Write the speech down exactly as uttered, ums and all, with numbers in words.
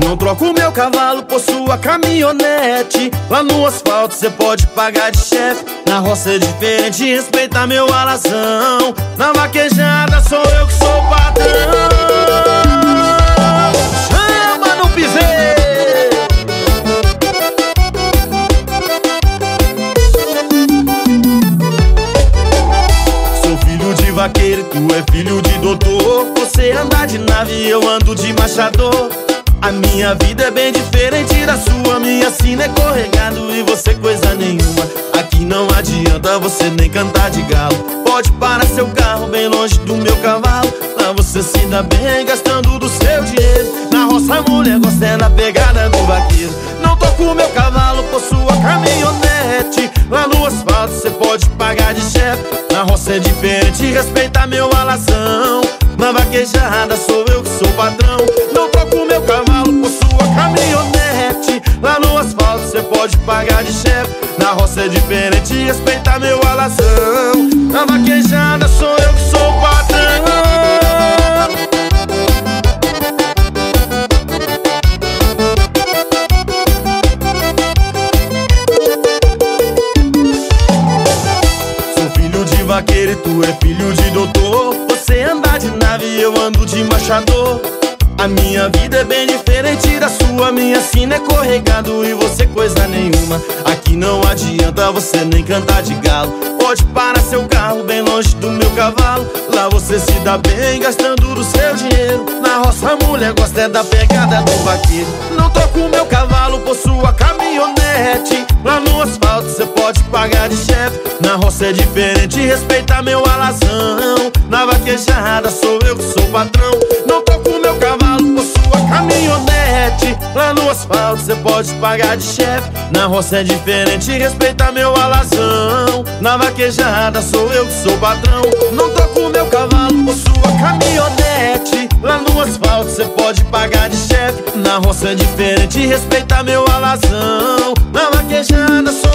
Não troco meu cavalo por sua caminhonete. Lá no asfalto cê pode pagar de chefe. Na roça é diferente, respeita meu alazão. Na vaquejada sou eu que sou o patrão. Chama no piseiro. Sou filho de vaqueiro, tu é filho de doutor. Você anda de nave e eu ando de machador. A minha vida é bem diferente da sua. Minha sina é corregado e você coisa nenhuma. Aqui não adianta você nem cantar de galo. Pode parar seu carro bem longe do meu cavalo. Lá você se dá bem gastando do seu dinheiro. Na roça a mulher gosta é da pegada do vaqueiro. Não toco meu cavalo por sua caminhonete. Lá no asfalto cê pode pagar de chefe. Na roça é diferente, respeita meu alazão. Na vaquejada sou eu que sou patrão. Não troco meu cavalo por sua caminhonete. Lá no asfalto cê pode pagar de chefe. Na roça é diferente, respeita meu alazão. Na vaquejada sou eu que sou patrão. Sou filho de vaqueiro e tu é filho de doutor. Você anda de nave e eu ando de machador. A minha vida é bem diferente da sua. Minha sina é corregado e você coisa nenhuma. Aqui não adianta você nem cantar de galo. Pode parar seu carro bem longe do meu cavalo. Lá você se dá bem gastando do seu dinheiro. Na roça a mulher gosta é da pegada do vaqueiro. Não troco meu cavalo por sua caminhonete. Lá no asfalto cê pode pagar de chefe. Na roça é diferente, respeita meu alazão. Na vaquejada sou eu que sou patrão. Não troco meu cavalo por sua caminhonete. Lá no asfalto cê pode pagar de chefe. Na roça é diferente, respeita meu alazão. Na vaquejada sou eu que sou patrão. Não troco meu cavalo por sua caminhonete. Lá no asfalto cê pode pagar de chefe. Na roça é diferente, respeita meu alazão. Na vaquejada sou